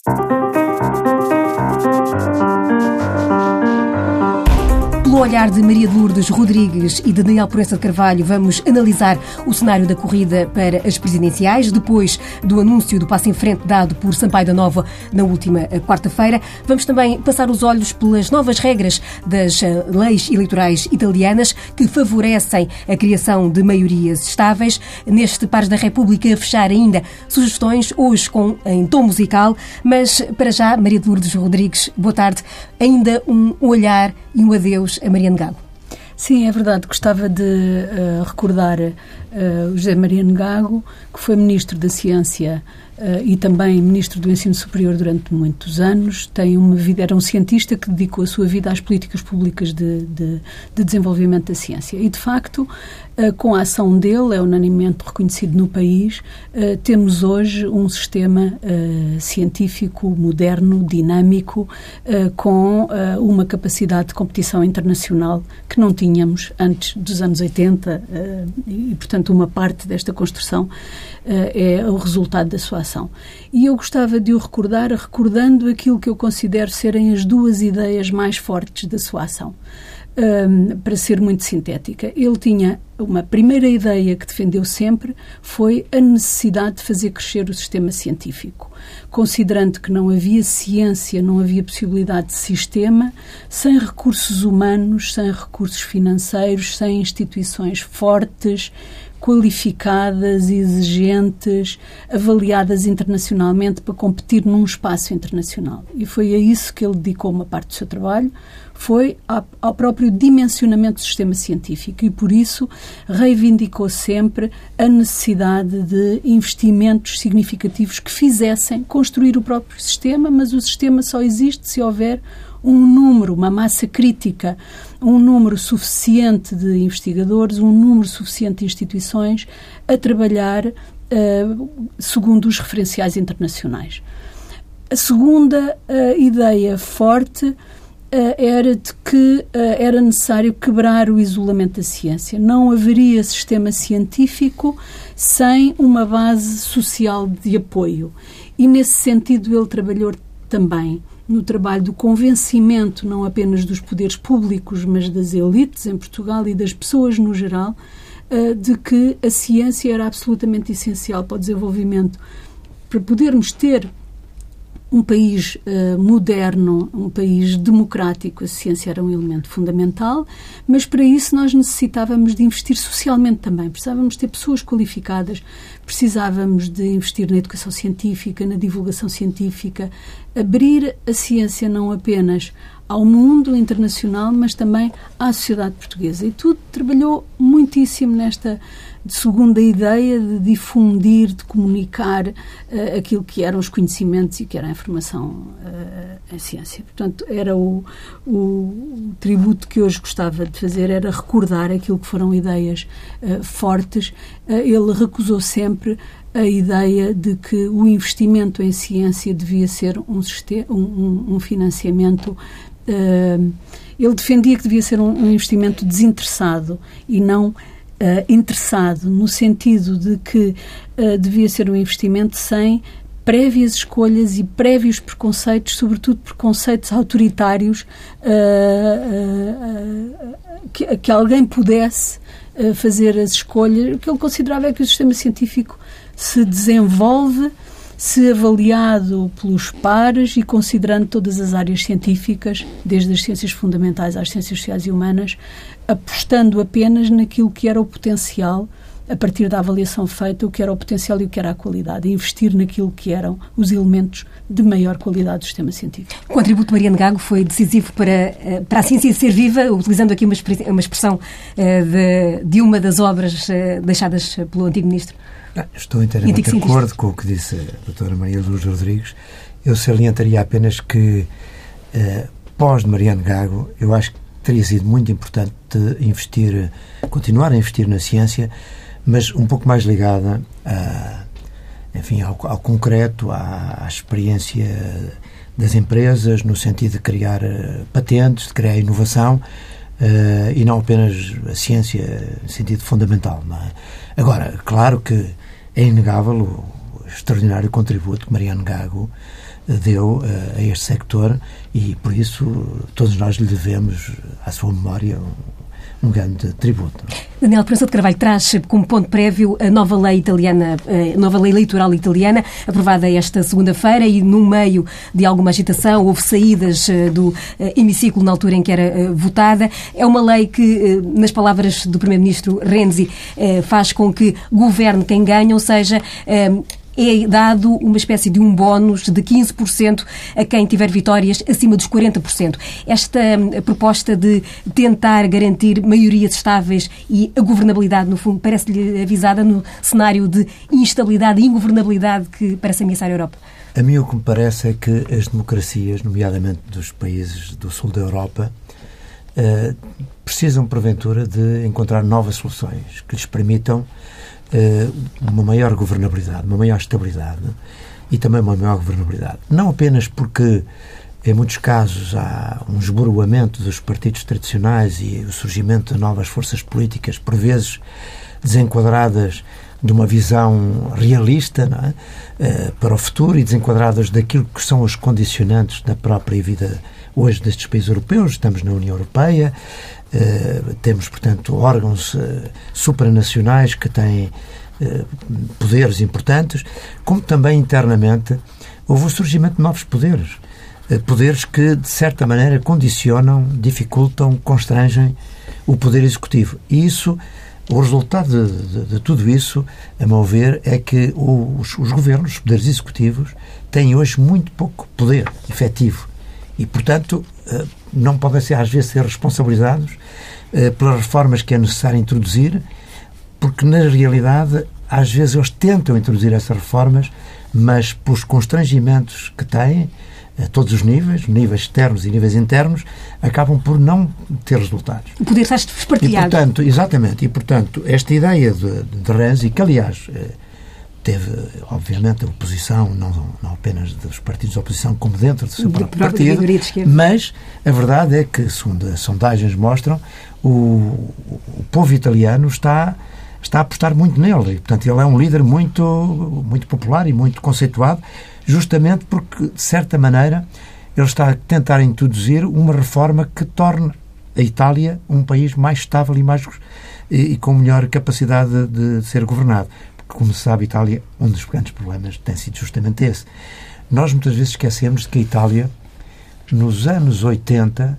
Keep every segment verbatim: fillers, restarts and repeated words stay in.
Pelo olhar de Maria de Lourdes Rodrigues e de Daniel Proença de Carvalho, vamos analisar o cenário da corrida para as presidenciais, depois do anúncio do passo em frente dado por Sampaio da Nova na última quarta-feira. Vamos também passar os olhos pelas novas regras das leis eleitorais italianas que favorecem a criação de maiorias estáveis. Neste Pares da República, a fechar ainda sugestões, hoje com, em tom musical, mas para já, Maria de Lourdes Rodrigues, boa tarde. Ainda um olhar e um adeus a Mariano Gago. Sim, é verdade. Gostava de uh, recordar uh, o José Mariano Gago, que foi Ministro da Ciência uh, e também Ministro do Ensino Superior durante muitos anos. Tem uma vida, era um cientista que dedicou a sua vida às políticas públicas de, de, de desenvolvimento da ciência. E, de facto, uh, com a ação dele, é unanimemente reconhecido no país, uh, temos hoje um sistema uh, científico, moderno, dinâmico, uh, com uh, uma capacidade de competição internacional que não tinha tínhamos antes dos anos oitenta uh, e, portanto, uma parte desta construção uh, é o resultado da sua ação. E eu gostava de o recordar, recordando aquilo que eu considero serem as duas ideias mais fortes da sua ação. Um, para ser muito sintética, ele tinha uma primeira ideia que defendeu sempre, foi a necessidade de fazer crescer o sistema científico, considerando que não havia ciência, não havia possibilidade de sistema sem recursos humanos, sem recursos financeiros, sem instituições fortes, qualificadas, exigentes, avaliadas internacionalmente para competir num espaço internacional. E foi a isso que ele dedicou uma parte do seu trabalho, foi ao próprio dimensionamento do sistema científico e, por isso, reivindicou sempre a necessidade de investimentos significativos que fizessem construir o próprio sistema, mas o sistema só existe se houver um número, uma massa crítica, um número suficiente de investigadores, um número suficiente de instituições a trabalhar uh, segundo os referenciais internacionais. A segunda uh, ideia forte uh, era de que uh, era necessário quebrar o isolamento da ciência. Não haveria sistema científico sem uma base social de apoio. E, nesse sentido, ele trabalhou também no trabalho do convencimento, não apenas dos poderes públicos, mas das elites em Portugal e das pessoas no geral, de que a ciência era absolutamente essencial para o desenvolvimento, para podermos ter um país uh, moderno, um país democrático. A ciência era um elemento fundamental, mas para isso nós necessitávamos de investir socialmente também. Precisávamos ter pessoas qualificadas, precisávamos de investir na educação científica, na divulgação científica, abrir a ciência não apenas ao mundo internacional, mas também à sociedade portuguesa. E tudo trabalhou muitíssimo nesta segunda ideia de difundir, de comunicar uh, aquilo que eram os conhecimentos e que era a informação uh, em ciência. Portanto, era o, o, o tributo que hoje gostava de fazer, era recordar aquilo que foram ideias uh, fortes. Uh, ele recusou sempre a ideia de que o investimento em ciência devia ser um, um, um financiamento. Uh, ele defendia que devia ser um, um investimento desinteressado e não Uh, interessado, no sentido de que uh, devia ser um investimento sem prévias escolhas e prévios preconceitos, sobretudo preconceitos autoritários, uh, uh, uh, que, que alguém pudesse uh, fazer as escolhas. O que ele considerava é que o sistema científico se desenvolve se avaliado pelos pares e considerando todas as áreas científicas, desde as ciências fundamentais às ciências sociais e humanas, apostando apenas naquilo que era o potencial, a partir da avaliação feita, o que era o potencial e o que era a qualidade, e investir naquilo que eram os elementos de maior qualidade do sistema científico. O contributo de Mariano Gago foi decisivo para, para a ciência ser viva, utilizando aqui uma expressão de, de uma das obras deixadas pelo antigo ministro. Estou inteiramente de acordo com o que disse a doutora Maria de Lourdes Rodrigues. Eu salientaria apenas que, eh, pós de Mariano Gago, eu acho que teria sido muito importante investir, continuar a investir na ciência, mas um pouco mais ligada a, enfim, ao, ao concreto, à, à experiência das empresas, no sentido de criar patentes, de criar inovação, uh, e não apenas a ciência no sentido fundamental. Não é? Agora, claro que é inegável o extraordinário contributo que Mariano Gago deu a este sector, e por isso todos nós lhe devemos à sua memória um grande tributo. Daniel Proença de Carvalho traz como ponto prévio a nova lei italiana, a nova lei eleitoral italiana, aprovada esta segunda-feira, e no meio de alguma agitação houve saídas do hemiciclo na altura em que era votada. É uma lei que, nas palavras do primeiro-ministro Renzi, faz com que governe quem ganha, ou seja, é dado uma espécie de um bónus de quinze por cento a quem tiver vitórias acima dos quarenta por cento. Esta proposta de tentar garantir maiorias estáveis e a governabilidade, no fundo, parece-lhe avisada no cenário de instabilidade e ingovernabilidade que parece ameaçar a Europa? A mim o que me parece é que as democracias, nomeadamente dos países do sul da Europa, eh, precisam, porventura, de encontrar novas soluções que lhes permitam uma maior governabilidade, uma maior estabilidade e também uma maior governabilidade. Não apenas porque, em muitos casos, há um esboroamento dos partidos tradicionais e o surgimento de novas forças políticas, por vezes desenquadradas de uma visão realista, não é? Para o futuro, e desenquadradas daquilo que são os condicionantes da própria vida hoje destes países europeus. Estamos na União Europeia, uh, temos, portanto, órgãos uh, supranacionais que têm uh, poderes importantes, como também internamente houve o surgimento de novos poderes, uh, poderes que, de certa maneira, condicionam, dificultam, constrangem o poder executivo. E isso, o resultado de, de, de tudo isso, a meu ver, é que os, os governos, os poderes executivos, têm hoje muito pouco poder efetivo. E, portanto, não podem ser, às vezes, ser responsabilizados pelas reformas que é necessário introduzir, porque, na realidade, às vezes eles tentam introduzir essas reformas, mas, pelos constrangimentos que têm, a todos os níveis, níveis externos e níveis internos, acabam por não ter resultados. O poder está espartilhado. E, portanto, exatamente, e, portanto, esta ideia de, de Renzi, que, aliás, teve, obviamente, a oposição, não, não apenas dos partidos de oposição, como dentro do seu próprio partido, mas a verdade é que, segundo as sondagens mostram, o, o povo italiano está, está a apostar muito nele. E, portanto, ele é um líder muito, muito popular e muito conceituado, justamente porque, de certa maneira, ele está a tentar introduzir uma reforma que torne a Itália um país mais estável e, mais, e, e com melhor capacidade de, de ser governado. Como se sabe, a Itália, um dos grandes problemas tem sido justamente esse. Nós muitas vezes esquecemos de que a Itália, nos anos oitenta,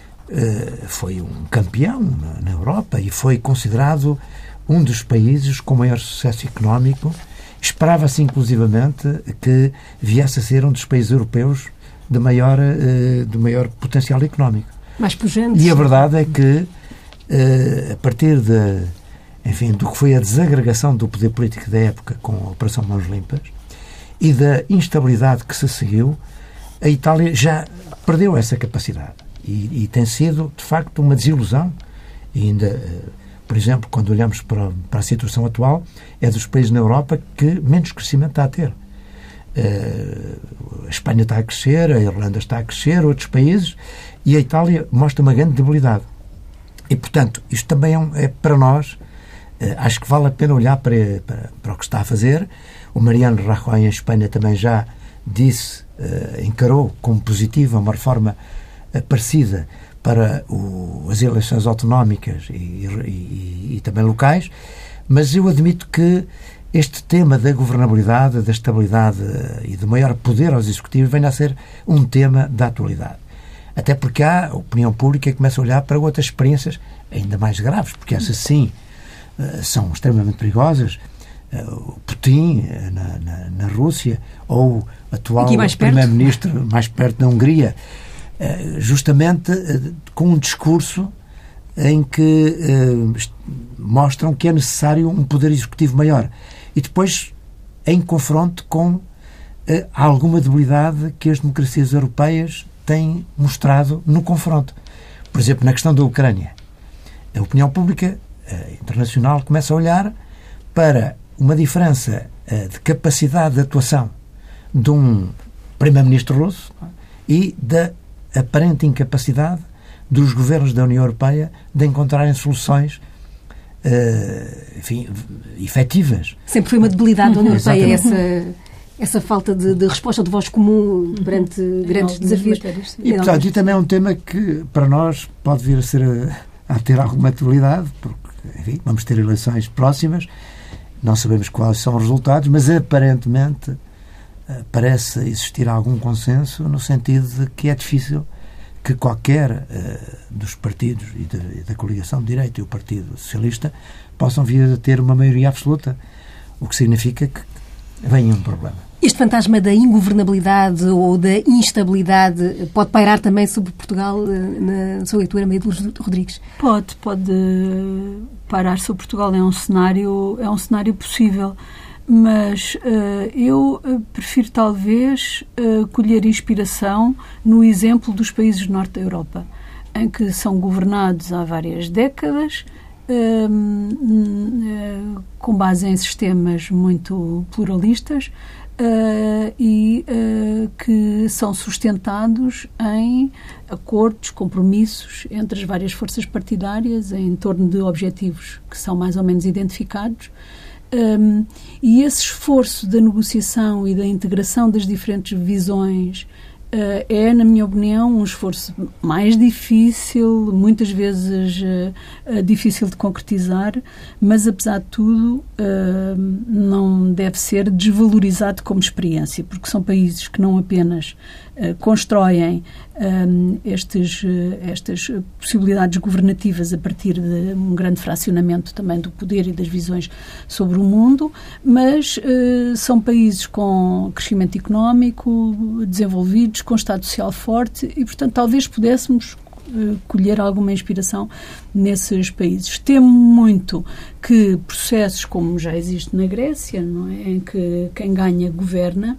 foi um campeão na Europa e foi considerado um dos países com maior sucesso económico. Esperava-se, inclusivamente, que viesse a ser um dos países europeus de maior, de maior potencial económico. Mais pujante. E a verdade é que, a partir de enfim, do que foi a desagregação do poder político da época com a Operação Mãos Limpas e da instabilidade que se seguiu, a Itália já perdeu essa capacidade e, e tem sido, de facto, uma desilusão. E ainda, por exemplo, quando olhamos para, para a situação atual, é dos países na Europa que menos crescimento está a ter. A Espanha está a crescer, a Irlanda está a crescer, outros países, e a Itália mostra uma grande debilidade. E, portanto, isto também é, um, é para nós. Uh, acho que vale a pena olhar para, para, para o que está a fazer. O Mariano Rajoy, em Espanha, também já disse, uh, encarou como positiva uma reforma uh, parecida para o, as eleições autonómicas e, e, e também locais, mas eu admito que este tema da governabilidade, da estabilidade uh, e do maior poder aos executivos venha a ser um tema da atualidade. Até porque há a opinião pública que começa a olhar para outras experiências ainda mais graves, porque essas sim são extremamente perigosas. O Putin na, na, na Rússia, ou o atual primeiro-ministro mais perto da Hungria, justamente com um discurso em que mostram que é necessário um poder executivo maior. E depois, em confronto com alguma debilidade que as democracias europeias têm mostrado no confronto. Por exemplo, na questão da Ucrânia. A opinião pública internacional começa a olhar para uma diferença de capacidade de atuação de um primeiro-ministro russo e da aparente incapacidade dos governos da União Europeia de encontrarem soluções enfim, efetivas. Sempre foi uma debilidade da União Europeia essa, Essa falta de, de resposta de voz comum perante uhum. grandes é, desafios. Matérias, e, portanto, e também é um tema que, para nós, pode vir a, ser a, a ter alguma atualidade, porque, enfim, vamos ter eleições próximas, não sabemos quais são os resultados, mas, aparentemente, parece existir algum consenso no sentido de que é difícil que qualquer uh, dos partidos e, de, e da coligação de direita e o Partido Socialista possam vir a ter uma maioria absoluta, o que significa que vem um problema. Este fantasma da ingovernabilidade ou da instabilidade pode pairar também sobre Portugal na sua leitura, Maria de Lourdes Rodrigues? Pode, pode pairar sobre Portugal. É um cenário, é um cenário possível. Mas uh, eu uh, prefiro talvez uh, colher inspiração no exemplo dos países do norte da Europa, em que são governados há várias décadas, uh, uh, com base em sistemas muito pluralistas uh, e uh, que são sustentados em acordos, compromissos entre as várias forças partidárias em torno de objetivos que são mais ou menos identificados. Um, e esse esforço da negociação e da integração das diferentes visões uh, é, na minha opinião, um esforço mais difícil, muitas vezes uh, uh, difícil de concretizar, mas, apesar de tudo, uh, não deve ser desvalorizado como experiência, porque são países que não apenas uh, constroem um, estes, uh, estas possibilidades governativas a partir de um grande fracionamento também do poder e das visões sobre o mundo, mas uh, são países com crescimento económico desenvolvidos, com Estado Social forte e, portanto, talvez pudéssemos uh, colher alguma inspiração nesses países. Temo muito que processos como já existe na Grécia, não é? Em que quem ganha governa,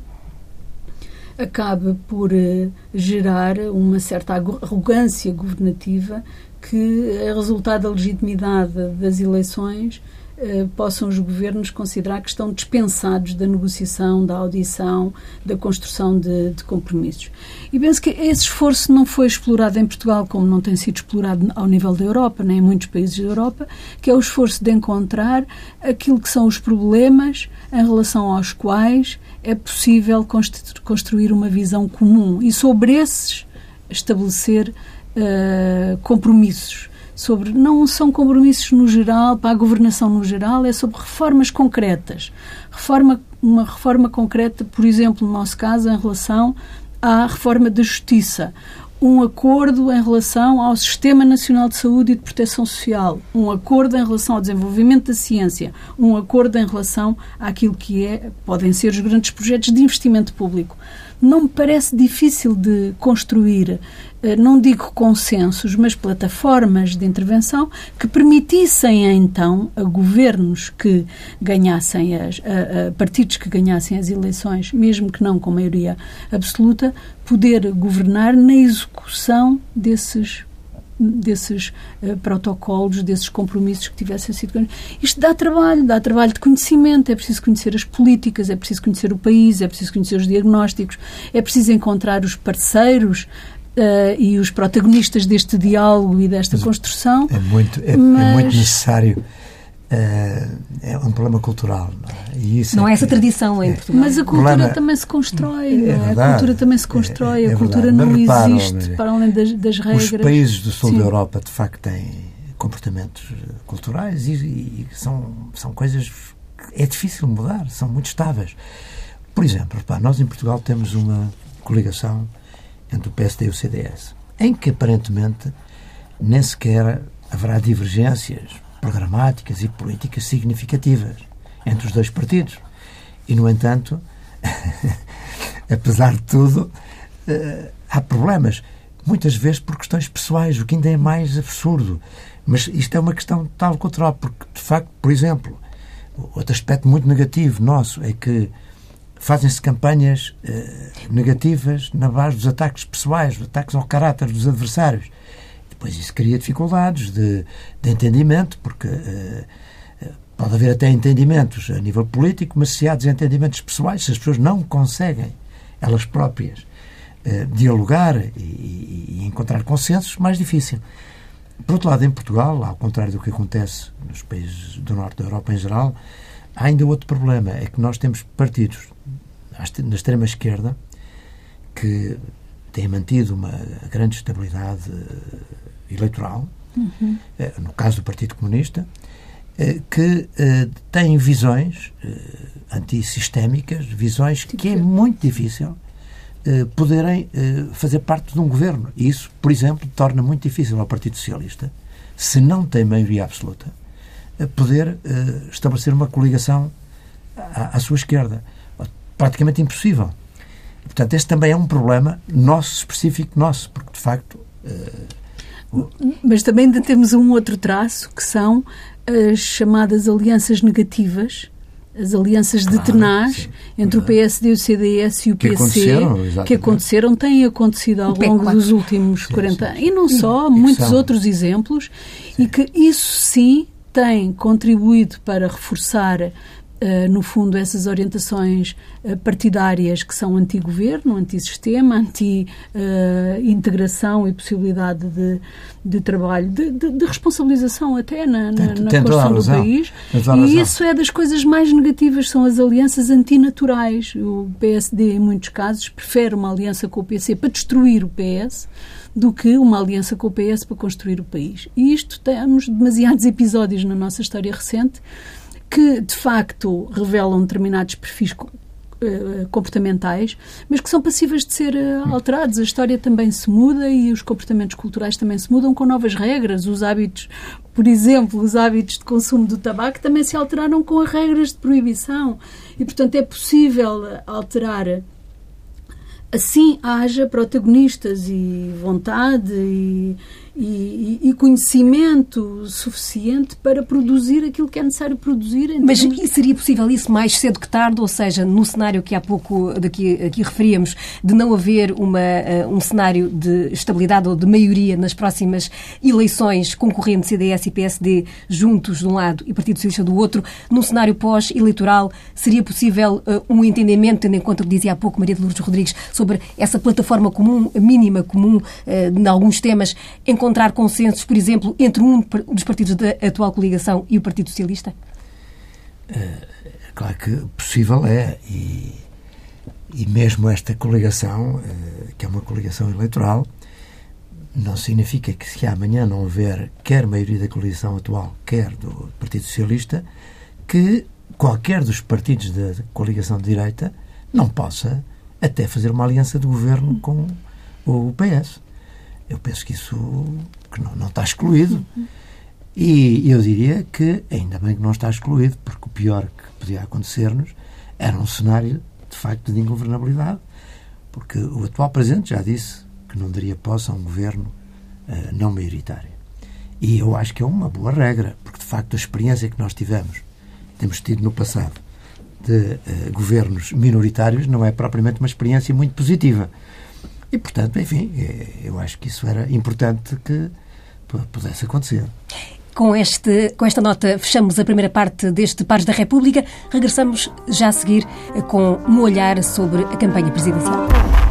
acabe por uh, gerar uma certa arrogância governativa que, a resultado da legitimidade das eleições, uh, possam os governos considerar que estão dispensados da negociação, da audição, da construção de, de compromissos. E penso que esse esforço não foi explorado em Portugal, como não tem sido explorado ao nível da Europa, nem em muitos países da Europa, que é o esforço de encontrar aquilo que são os problemas em relação aos quais é possível construir uma visão comum e sobre esses estabelecer uh, compromissos. Sobre, não são compromissos no geral, para a governação no geral, é sobre reformas concretas. Reforma, uma reforma concreta, por exemplo, no nosso caso, em relação à reforma da justiça. Um acordo em relação ao Sistema Nacional de Saúde e de Proteção Social, um acordo em relação ao desenvolvimento da ciência, um acordo em relação àquilo que é, podem ser os grandes projetos de investimento público. Não me parece difícil de construir, não digo consensos, mas plataformas de intervenção que permitissem então a governos que ganhassem, as, a, a partidos que ganhassem as eleições, mesmo que não com maioria absoluta, poder governar na execução desses desses uh, protocolos, desses compromissos que tivessem sido... Isto dá trabalho, dá trabalho de conhecimento, é preciso conhecer as políticas, é preciso conhecer o país, é preciso conhecer os diagnósticos, é preciso encontrar os parceiros uh, e os protagonistas deste diálogo e desta mas construção. É muito, é, mas... é muito necessário. Uh, é um problema cultural. Não é, e isso não é, é essa que, tradição em é, Portugal. Mas a cultura problema, também se constrói. É não é? verdade, A cultura também se constrói. É, é a cultura verdade. não Repara, existe Maria, para além das, das regras. Os países do sul Sim. da Europa, de facto, têm comportamentos culturais e, e são, são coisas que é difícil mudar, são muito estáveis. Por exemplo, repara, nós em Portugal temos uma coligação entre o P S D e o C D S, em que aparentemente nem sequer haverá divergências programáticas e políticas significativas entre os dois partidos. E, no entanto, apesar de tudo, uh, há problemas, muitas vezes por questões pessoais, o que ainda é mais absurdo. Mas isto é uma questão tal cultural, porque, de facto, por exemplo, outro aspecto muito negativo nosso é que fazem-se campanhas uh, negativas na base dos ataques pessoais, dos ataques ao caráter dos adversários. Depois isso cria dificuldades de, de entendimento, porque uh, pode haver até entendimentos a nível político, mas se há desentendimentos pessoais, se as pessoas não conseguem, elas próprias, uh, dialogar e, e, e encontrar consensos, mais difícil. Por outro lado, em Portugal, ao contrário do que acontece nos países do norte da Europa em geral, há ainda outro problema, é que nós temos partidos na extrema-esquerda, que tem mantido uma grande estabilidade eleitoral, uhum. no caso do Partido Comunista, que tem visões antissistémicas, visões que é muito difícil poderem fazer parte de um governo. E isso, por exemplo, torna muito difícil ao Partido Socialista, se não tem maioria absoluta, poder estabelecer uma coligação à, à sua esquerda. Praticamente impossível. Portanto, este também é um problema nosso, específico nosso, porque, de facto... Uh, o... Mas também ainda temos um outro traço, que são as chamadas alianças negativas, as alianças de tenaz entre o P S D, o C D S e o P C, que, que aconteceram, têm acontecido ao longo dos últimos sim, quarenta anos. E não só, e muitos são... outros exemplos, sim. E que isso sim tem contribuído para reforçar... Uh, no fundo, essas orientações uh, partidárias que são anti-governo, anti-sistema, anti-integração uh, e possibilidade de, de trabalho, de, de, de responsabilização até na, na, na construção do país. E isso é das coisas mais negativas, são as alianças antinaturais. O P S D, em muitos casos, prefere uma aliança com o P C para destruir o P S do que uma aliança com o P S para construir o país. E isto, temos demasiados episódios na nossa história recente que, de facto, revelam determinados perfis uh, comportamentais, mas que são passíveis de ser uh, alterados. A história também se muda e os comportamentos culturais também se mudam com novas regras. Os hábitos, por exemplo, os hábitos de consumo do tabaco também se alteraram com as regras de proibição. E, portanto, é possível alterar. Assim haja protagonistas e vontade e, e, e conhecimento suficiente para produzir aquilo que é necessário produzir. Mas de... seria possível isso mais cedo que tarde? Ou seja, no cenário que há pouco daqui, aqui referíamos, de não haver uma, um cenário de estabilidade ou de maioria nas próximas eleições, concorrendo C D S e P S D juntos de um lado e Partido Socialista do outro, num cenário pós-eleitoral, seria possível uh, um entendimento, tendo em conta o que dizia há pouco Maria de Lourdes Rodrigues, sobre essa plataforma comum, mínima comum, eh, em alguns temas, encontrar consensos, por exemplo, entre um dos partidos da atual coligação e o Partido Socialista? É claro que possível é, e, e mesmo esta coligação, eh, que é uma coligação eleitoral, não significa que se amanhã não houver quer maioria da coligação atual, quer do Partido Socialista, que qualquer dos partidos da coligação de direita não possa até fazer uma aliança de governo com o P S. Eu penso que isso que não, não está excluído. E eu diria que ainda bem que não está excluído, porque o pior que podia acontecer-nos era um cenário, de facto, de ingovernabilidade, porque o atual Presidente já disse que não daria posse a um governo uh, não maioritário. E eu acho que é uma boa regra, porque, de facto, a experiência que nós tivemos, temos tido no passado, de uh, governos minoritários não é propriamente uma experiência muito positiva. E, portanto, enfim, eu acho que isso era importante que pudesse acontecer. Com, este, com esta nota fechamos a primeira parte deste Pares da República. Regressamos já a seguir com um olhar sobre a campanha presidencial.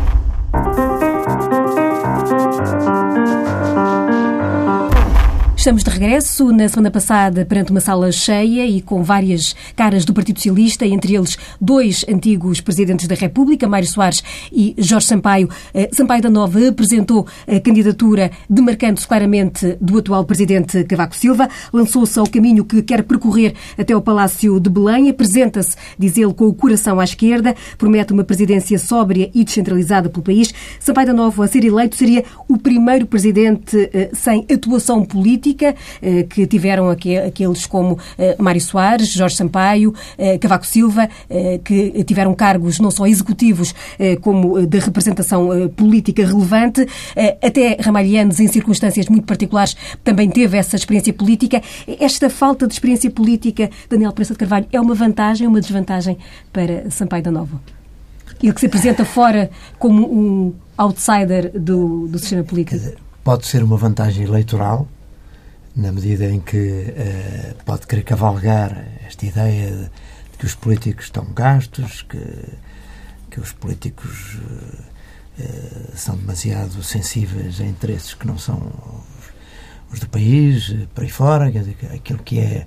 Estamos de regresso, na semana passada, perante uma sala cheia e com várias caras do Partido Socialista, entre eles dois antigos presidentes da República, Mário Soares e Jorge Sampaio. Sampaio da Nova apresentou a candidatura demarcando-se claramente do atual presidente Cavaco Silva, lançou-se ao caminho que quer percorrer até ao Palácio de Belém, apresenta-se, diz ele, com o coração à esquerda, promete uma presidência sóbria e descentralizada pelo país. Sampaio da Nova, a ser eleito, seria o primeiro presidente sem atuação política, que tiveram aqueles como Mário Soares, Jorge Sampaio, Cavaco Silva, que tiveram cargos não só executivos como de representação política relevante. Até Ramalhianes, em circunstâncias muito particulares, também teve essa experiência política. Esta falta de experiência política, Daniel Pereira de Carvalho, é uma vantagem ou uma desvantagem para Sampaio da Nova? Ele que se apresenta fora como um outsider do, do sistema político. Pode ser uma vantagem eleitoral, na medida em que uh, pode querer cavalgar esta ideia de, de que os políticos estão gastos, que, que os políticos uh, uh, são demasiado sensíveis a interesses que não são os, os do país, uh, por aí fora, quer dizer, aquilo que é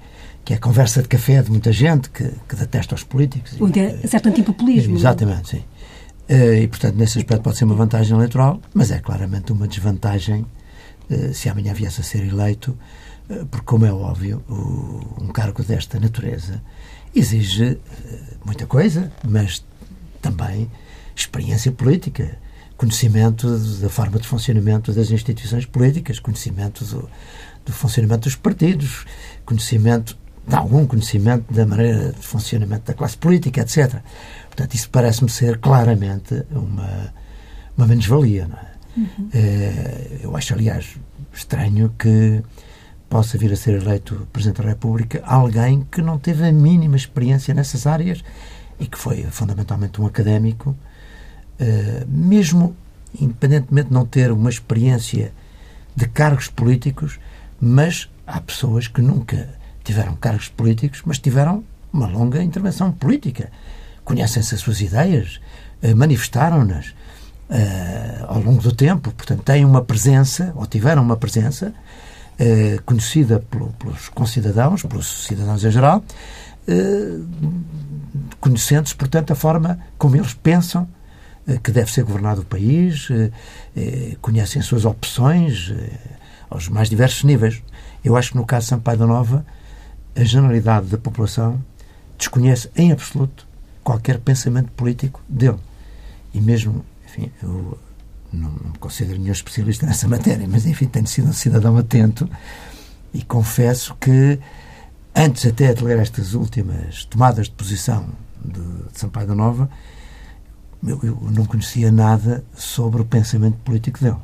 que é a conversa de café de muita gente que, que detesta os políticos. Onde é certo antipopulismo. Exatamente, sim. E, portanto, nesse aspecto pode ser uma vantagem eleitoral, mas é claramente uma desvantagem se amanhã viesse a ser eleito, porque, como é óbvio, um cargo desta natureza exige muita coisa, mas também experiência política, conhecimento da forma de funcionamento das instituições políticas, conhecimento do, do funcionamento dos partidos, conhecimento, de algum conhecimento da maneira de funcionamento da classe política, etcétera. Portanto, isso parece-me ser claramente uma, uma menos-valia, não é? Uhum. É, eu acho, aliás, estranho que possa vir a ser eleito Presidente da República alguém que não teve a mínima experiência nessas áreas e que foi fundamentalmente um académico, uh, mesmo independentemente de não ter uma experiência de cargos políticos, mas há pessoas que nunca tiveram cargos políticos, mas tiveram uma longa intervenção política. Conhecem-se as suas ideias, uh, manifestaram-nas uh, ao longo do tempo, portanto têm uma presença, ou tiveram uma presença uh, conhecida pelo, pelos concidadãos, pelos cidadãos em geral, uh, conhecendo-se, portanto, a forma como eles pensam uh, que deve ser governado o país, uh, uh, conhecem as suas opções uh, aos mais diversos níveis. Eu acho que no caso de Sampaio da Nova, a generalidade da população desconhece em absoluto qualquer pensamento político dele. E mesmo, enfim, eu não, não me considero nenhum especialista nessa matéria, mas, enfim, tenho sido um cidadão atento e confesso que, antes até de ler estas últimas tomadas de posição de, de Sampaio da Nova, eu, eu não conhecia nada sobre o pensamento político dele.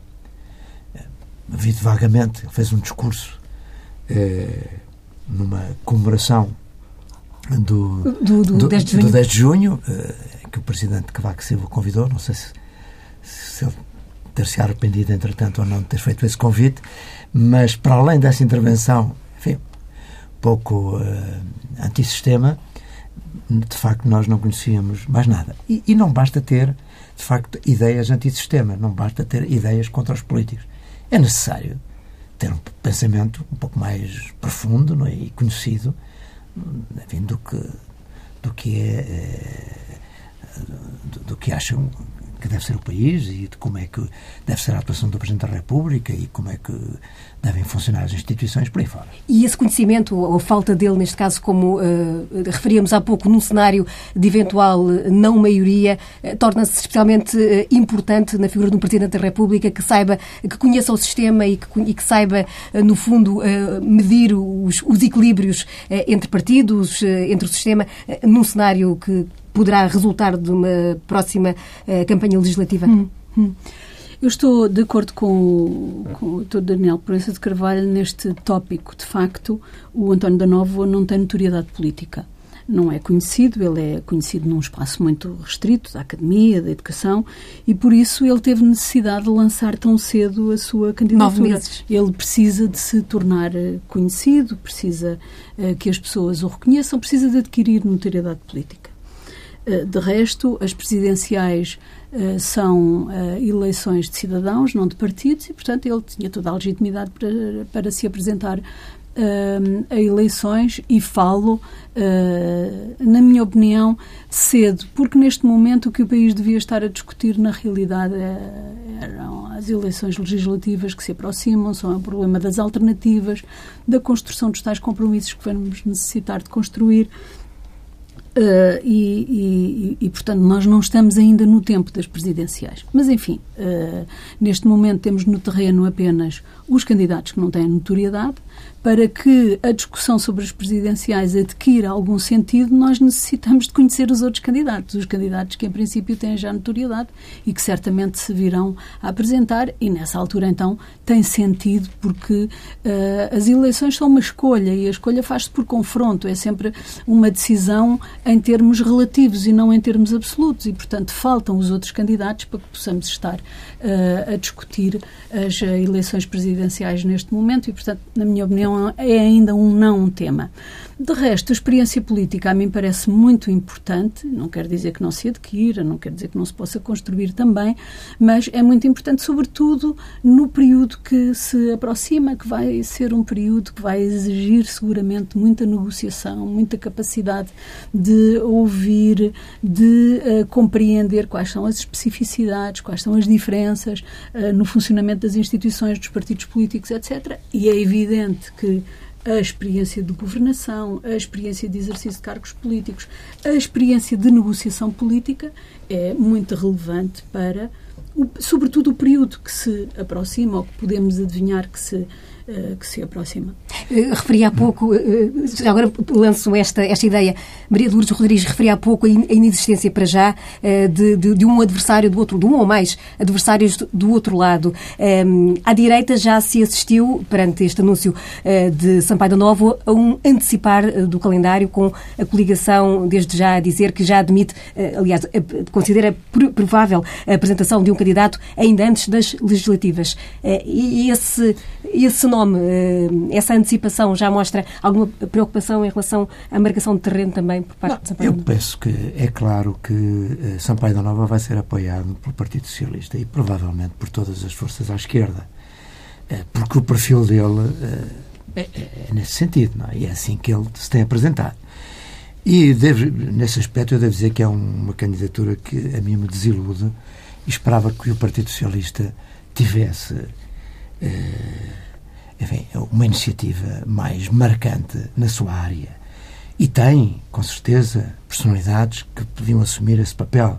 Vi vagamente, ele fez um discurso eh, numa comemoração do, do, do, do dez de junho, do dez de junho uh, que o Presidente Cavaco Silva convidou. Não sei se, se ele ter-se arrependido, entretanto, ou não de ter feito esse convite, mas para além dessa intervenção, enfim, pouco uh, antissistema, de facto nós não conhecíamos mais nada. E, e não basta ter, de facto, ideias antissistema, não basta ter ideias contra os políticos. É necessário ter um pensamento um pouco mais profundo, não é? E conhecido, enfim, do que, do que é, é do, do que acham que deve ser o país e de como é que deve ser a atuação do Presidente da República e como é que devem funcionar as instituições por aí fora. E esse conhecimento, ou falta dele, neste caso, como uh, referíamos há pouco, num cenário de eventual não maioria, uh, torna-se especialmente uh, importante na figura de um Presidente da República que saiba, que conheça o sistema e que, e que saiba, uh, no fundo, uh, medir os, os equilíbrios uh, entre partidos, uh, entre o sistema, uh, num cenário que poderá resultar de uma próxima uh, campanha legislativa? Hum, hum. Eu estou de acordo com o, com o doutor Daniel Proença de Carvalho neste tópico. De facto, o António da Nova não tem notoriedade política. Não é conhecido, ele é conhecido num espaço muito restrito, da academia, da educação, e por isso ele teve necessidade de lançar tão cedo a sua candidatura. Nove meses. Ele precisa de se tornar conhecido, precisa uh, que as pessoas o reconheçam, precisa de adquirir notoriedade política. De resto, as presidenciais uh, são uh, eleições de cidadãos, não de partidos, e, portanto, ele tinha toda a legitimidade para, para se apresentar uh, a eleições, e falo, uh, na minha opinião, cedo, porque neste momento o que o país devia estar a discutir, na realidade, é, eram as eleições legislativas que se aproximam, são o problema das alternativas, da construção dos tais compromissos que vamos necessitar de construir. Uh, e, e, e, portanto, nós não estamos ainda no tempo das presidenciais. Mas, enfim, uh, neste momento temos no terreno apenas os candidatos que não têm notoriedade. Para que a discussão sobre as presidenciais adquira algum sentido, nós necessitamos de conhecer os outros candidatos, os candidatos que, em princípio, têm já notoriedade e que certamente se virão a apresentar, e nessa altura, então, tem sentido, porque uh, as eleições são uma escolha, e a escolha faz-se por confronto, é sempre uma decisão em termos relativos e não em termos absolutos, e, portanto, faltam os outros candidatos para que possamos estar uh, a discutir as eleições presidenciais neste momento e, portanto, na minha opinião, é ainda um não um tema. De resto, a experiência política a mim parece muito importante, não quer dizer que não se adquira, não quer dizer que não se possa construir também, mas é muito importante, sobretudo, no período que se aproxima, que vai ser um período que vai exigir seguramente muita negociação, muita capacidade de ouvir, de uh, compreender quais são as especificidades, quais são as diferenças uh, no funcionamento das instituições, dos partidos políticos, etcétera. E é evidente que a experiência de governação, a experiência de exercício de cargos políticos, a experiência de negociação política é muito relevante para, o, sobretudo, o período que se aproxima ou que podemos adivinhar que se, uh, que se aproxima. Uh, referi há pouco, uh, agora lanço esta, esta ideia, Maria de Lourdes Rodrigues referia há pouco a inexistência para já uh, de, de, de um adversário do outro, de um ou mais adversários do, do outro lado. Um, à direita já se assistiu, perante este anúncio uh, de Sampaio da Nova, a um antecipar uh, do calendário, com a coligação, desde já, a dizer que já admite, uh, aliás, uh, considera pr- provável a apresentação de um candidato ainda antes das legislativas. Uh, e esse, esse nome, uh, essa antecipação já mostra alguma preocupação em relação à marcação de terreno também por parte Não, de Sampaio da Nova? Eu penso que é claro que uh, Sampaio da Nova vai ser apoiado pelo Partido Socialista e provavelmente por todas as forças à esquerda, uh, porque o perfil dele uh, é, é nesse sentido, não é? E é assim que ele se tem apresentado. E devo, nesse aspecto eu devo dizer que é uma candidatura que a mim me desilude e esperava que o Partido Socialista tivesse uh, enfim, uma iniciativa mais marcante na sua área. E tem, com certeza, personalidades que podiam assumir esse papel.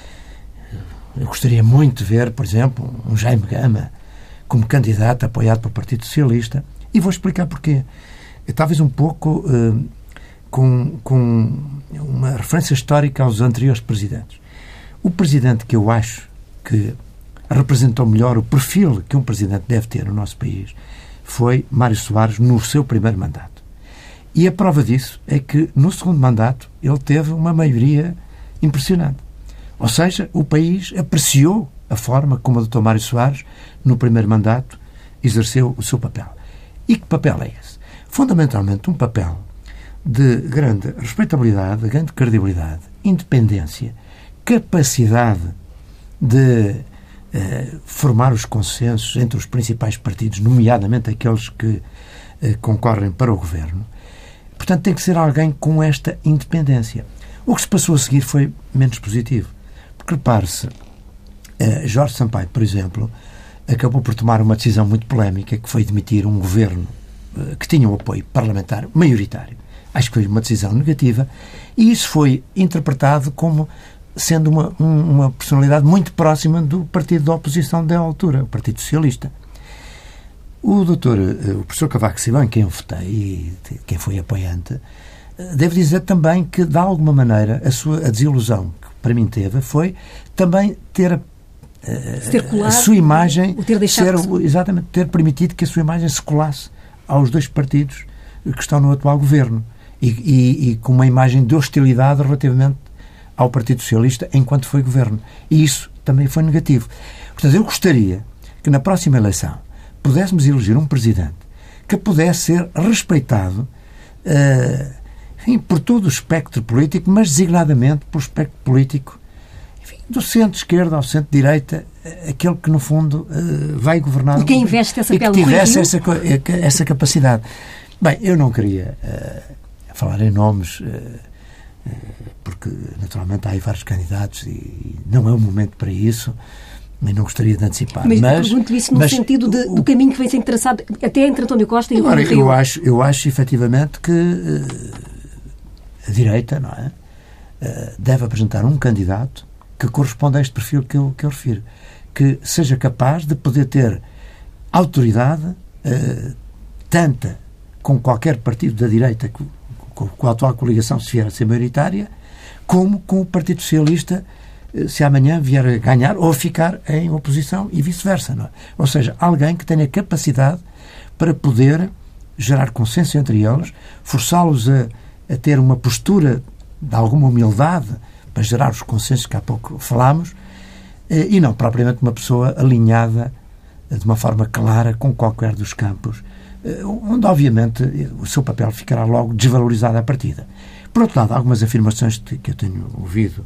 Eu gostaria muito de ver, por exemplo, um Jaime Gama como candidato apoiado pelo Partido Socialista. E vou explicar porquê. Eu, talvez um pouco uh, com, com uma referência histórica aos anteriores presidentes. O presidente que eu acho que representou melhor o perfil que um presidente deve ter no nosso país foi Mário Soares no seu primeiro mandato. E a prova disso é que no segundo mandato ele teve uma maioria impressionante. Ou seja, o país apreciou a forma como o doutor Mário Soares, no primeiro mandato, exerceu o seu papel. E que papel é esse? Fundamentalmente um papel de grande respeitabilidade, de grande credibilidade, independência, capacidade de Uh, formar os consensos entre os principais partidos, nomeadamente aqueles que uh, concorrem para o governo. Portanto, tem que ser alguém com esta independência. O que se passou a seguir foi menos positivo. Porque, repare-se, uh, Jorge Sampaio, por exemplo, acabou por tomar uma decisão muito polémica, que foi demitir um governo uh, que tinha um apoio parlamentar maioritário. Acho que foi uma decisão negativa e isso foi interpretado como sendo uma, uma personalidade muito próxima do partido da oposição da altura, o Partido Socialista. O doutor, o professor Cavaco Silva, em quem eu votei e quem foi apoiante, devo dizer também que, de alguma maneira, a sua a desilusão que para mim teve foi também ter a, ter colado, a sua imagem, o ter deixado ser, exatamente, ter permitido que a sua imagem se colasse aos dois partidos que estão no atual governo e, e, e com uma imagem de hostilidade relativamente ao Partido Socialista enquanto foi governo. E isso também foi negativo. Portanto, eu gostaria que na próxima eleição pudéssemos eleger um presidente que pudesse ser respeitado uh, enfim, por todo o espectro político, mas designadamente pelo espectro político, enfim, do centro-esquerda ao centro-direita, aquele que, no fundo, uh, vai governar... E quem investe essa e que tivesse essa, essa capacidade. Bem, eu não queria uh, falar em nomes... Uh, porque naturalmente há aí vários candidatos e não é o momento para isso e não gostaria de antecipar. Mas, mas pergunto-lhe isso no mas, sentido de, o, do caminho que vem sendo traçado até entre António Costa e agora, o Rio. Eu acho, eu acho efetivamente que uh, a direita, não é, uh, deve apresentar um candidato que corresponda a este perfil que eu, que eu refiro, que seja capaz de poder ter autoridade uh, tanta com qualquer partido da direita que com a atual coligação, se vier a ser maioritária, como com o Partido Socialista, se amanhã vier a ganhar ou a ficar em oposição e vice-versa. Não é? Ou seja, alguém que tenha capacidade para poder gerar consenso entre eles, forçá-los a, a ter uma postura de alguma humildade para gerar os consensos que há pouco falámos, e não propriamente uma pessoa alinhada de uma forma clara com qualquer dos campos, onde, obviamente, o seu papel ficará logo desvalorizado à partida. Por outro lado, algumas afirmações que eu tenho ouvido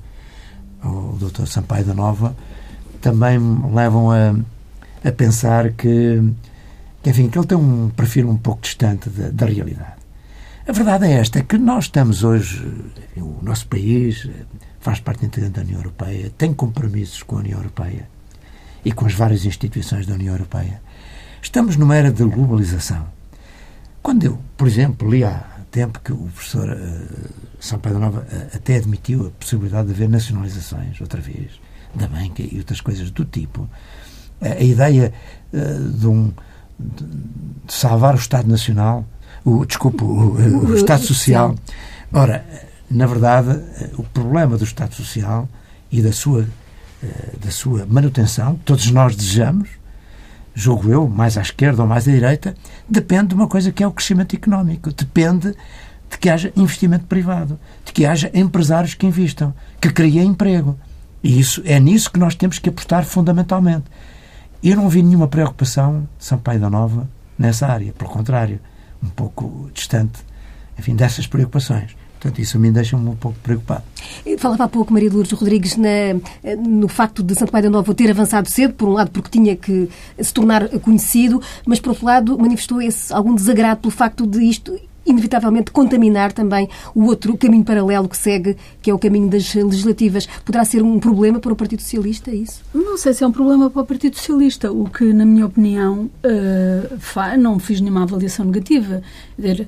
ao doutor Sampaio da Nova também me levam a, a pensar que, que, enfim, que ele tem um perfil um pouco distante da, da realidade. A verdade é esta, é que nós estamos hoje, o nosso país faz parte integrante da União Europeia, tem compromissos com a União Europeia e com as várias instituições da União Europeia. Estamos numa era de globalização. Quando eu, por exemplo, li há tempo que o professor uh, Sampaio da Nova uh, até admitiu a possibilidade de haver nacionalizações, outra vez, da banca e outras coisas do tipo, uh, a ideia uh, de, um, de, de salvar o Estado Nacional, o, desculpe, o, o, o Estado Social. Ora, na verdade, uh, o problema do Estado Social e da sua, uh, da sua manutenção, todos nós desejamos, julgo eu, mais à esquerda ou mais à direita, depende de uma coisa que é o crescimento económico. Depende de que haja investimento privado, de que haja empresários que investam, que criem emprego. E isso, é nisso que nós temos que apostar fundamentalmente. Eu não vi nenhuma preocupação de Sampaio da Nova nessa área. Pelo contrário, um pouco distante, enfim, dessas preocupações. Portanto, isso me deixa um pouco preocupado. Falava há pouco, Maria de Lourdes Rodrigues, na, no facto de Sampaio da Nova ter avançado cedo, por um lado porque tinha que se tornar conhecido, mas por outro lado manifestou esse, algum desagrado pelo facto de isto inevitavelmente contaminar também o outro caminho paralelo que segue, que é o caminho das legislativas. Poderá ser um problema para o Partido Socialista, é isso? Não sei se é um problema para o Partido Socialista. O que, na minha opinião, uh, fa... não fiz nenhuma avaliação negativa. Dizer,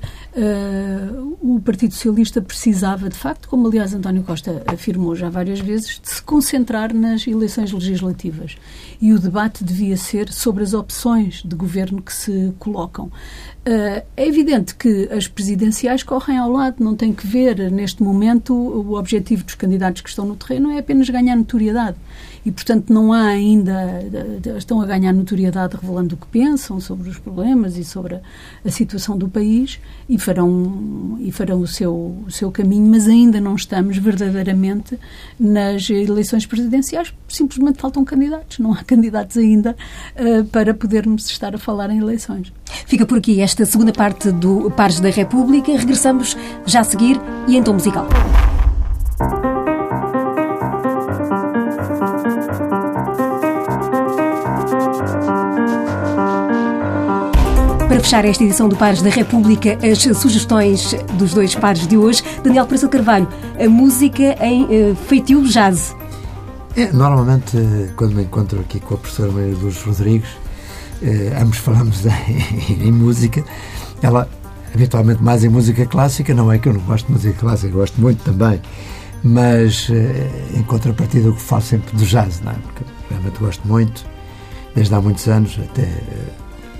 uh, o Partido Socialista precisava, de facto, como aliás António Costa afirmou já várias vezes, de se concentrar nas eleições legislativas. E o debate devia ser sobre as opções de governo que se colocam. Uh, é evidente que as presidenciais correm ao lado, não tem que ver, neste momento, o objetivo dos candidatos que estão no terreno é apenas ganhar notoriedade. E, portanto, não há ainda, estão a ganhar notoriedade revelando o que pensam sobre os problemas e sobre a, a situação do país e farão, e farão o, seu, o seu caminho, mas ainda não estamos verdadeiramente nas eleições presidenciais, simplesmente faltam candidatos, não há candidatos ainda uh, para podermos estar a falar em eleições. Fica por aqui esta segunda parte do Pares da República. Regressamos já a seguir e em tom musical. Para fechar esta edição do Pares da República, as sugestões dos dois pares de hoje. Daniel Pereira Carvalho, a música em uh, feitio jazz. É, normalmente, quando me encontro aqui com a professora Maria de Lourdes Rodrigues, eh, ambos falamos em, em música. Ela, habitualmente, mais em música clássica. Não é que eu não gosto de música clássica, eu gosto muito também. Mas, eh, em contrapartida, eu falo sempre do jazz, não é? Porque realmente gosto muito, desde há muitos anos, até eh,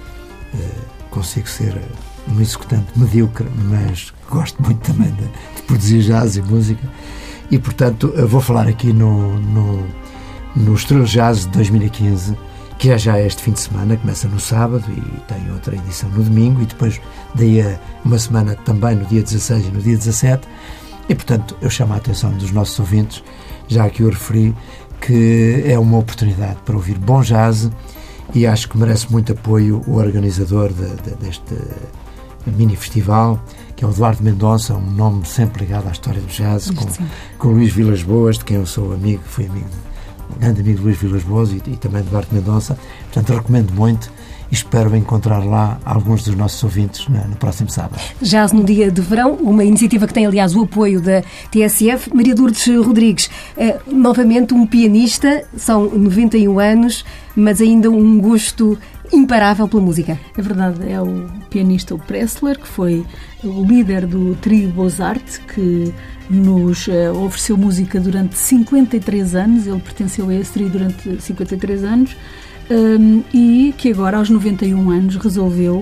eh, consigo ser um executante medíocre, mas gosto muito também de, de produzir jazz e música. E, portanto, eu vou falar aqui no, no, no Estrela Jazz de dois mil e quinze, que é já este fim de semana, começa no sábado e tem outra edição no domingo e depois daí a uma semana também no dia dezasseis e no dia dezassete. E, portanto, eu chamo a atenção dos nossos ouvintes, já que eu referi, que é uma oportunidade para ouvir bom jazz e acho que merece muito apoio o organizador de, de, deste mini-festival, que é o Eduardo Mendonça, um nome sempre ligado à história do jazz, com, com Luís Vilas Boas, de quem eu sou amigo, fui amigo, grande amigo de Luís Vilas Boas e, e também de Eduardo Mendonça. Portanto, recomendo muito e espero encontrar lá alguns dos nossos ouvintes no, no próximo sábado. Jazz no dia de verão, uma iniciativa que tem, aliás, o apoio da T S F. Maria de Lourdes Rodrigues, eh, novamente um pianista, são noventa e um anos, mas ainda um gosto imparável pela música. É verdade, é o pianista o Pressler, que foi o líder do trio Beaux-Arts, que nos uh, ofereceu música durante cinquenta e três anos, ele pertenceu a esse trio durante cinquenta e três anos, um, e que agora, aos noventa e um anos, resolveu,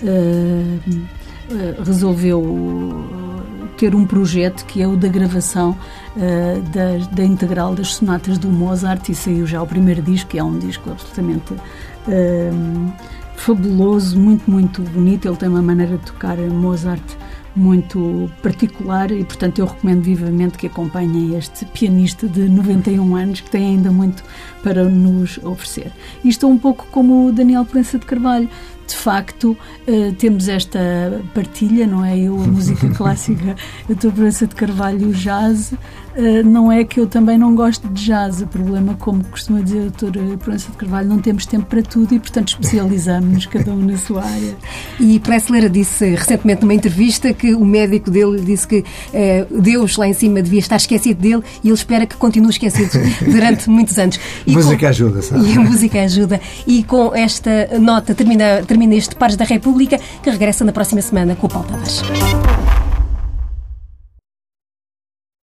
uh, uh, resolveu uh, ter um projeto que é o da gravação uh, da, da integral das sonatas do Mozart, e saiu já o primeiro disco, que é um disco absolutamente Uh, fabuloso, muito, muito bonito. Ele tem uma maneira de tocar Mozart muito particular e, portanto, eu recomendo vivamente que acompanhem este pianista de noventa e um anos que tem ainda muito para nos oferecer. E estou um pouco como o Daniel Proença de Carvalho. De facto, uh, temos esta partilha, não é? Eu, a música clássica, a doutora Proença de Carvalho, o jazz. Uh, não é que eu também não gosto de jazz. O problema, como costuma dizer a doutora Proença de Carvalho, não temos tempo para tudo e, portanto, especializamos-nos cada um na sua área. E Pressler disse recentemente numa entrevista que o médico dele disse que uh, Deus lá em cima devia estar esquecido dele e ele espera que continue esquecido durante muitos anos. E música com... ajuda, sabe? E a música ajuda. E com esta nota termina, termina este Pares da República, que regressa na próxima semana com o Paulo Tavares.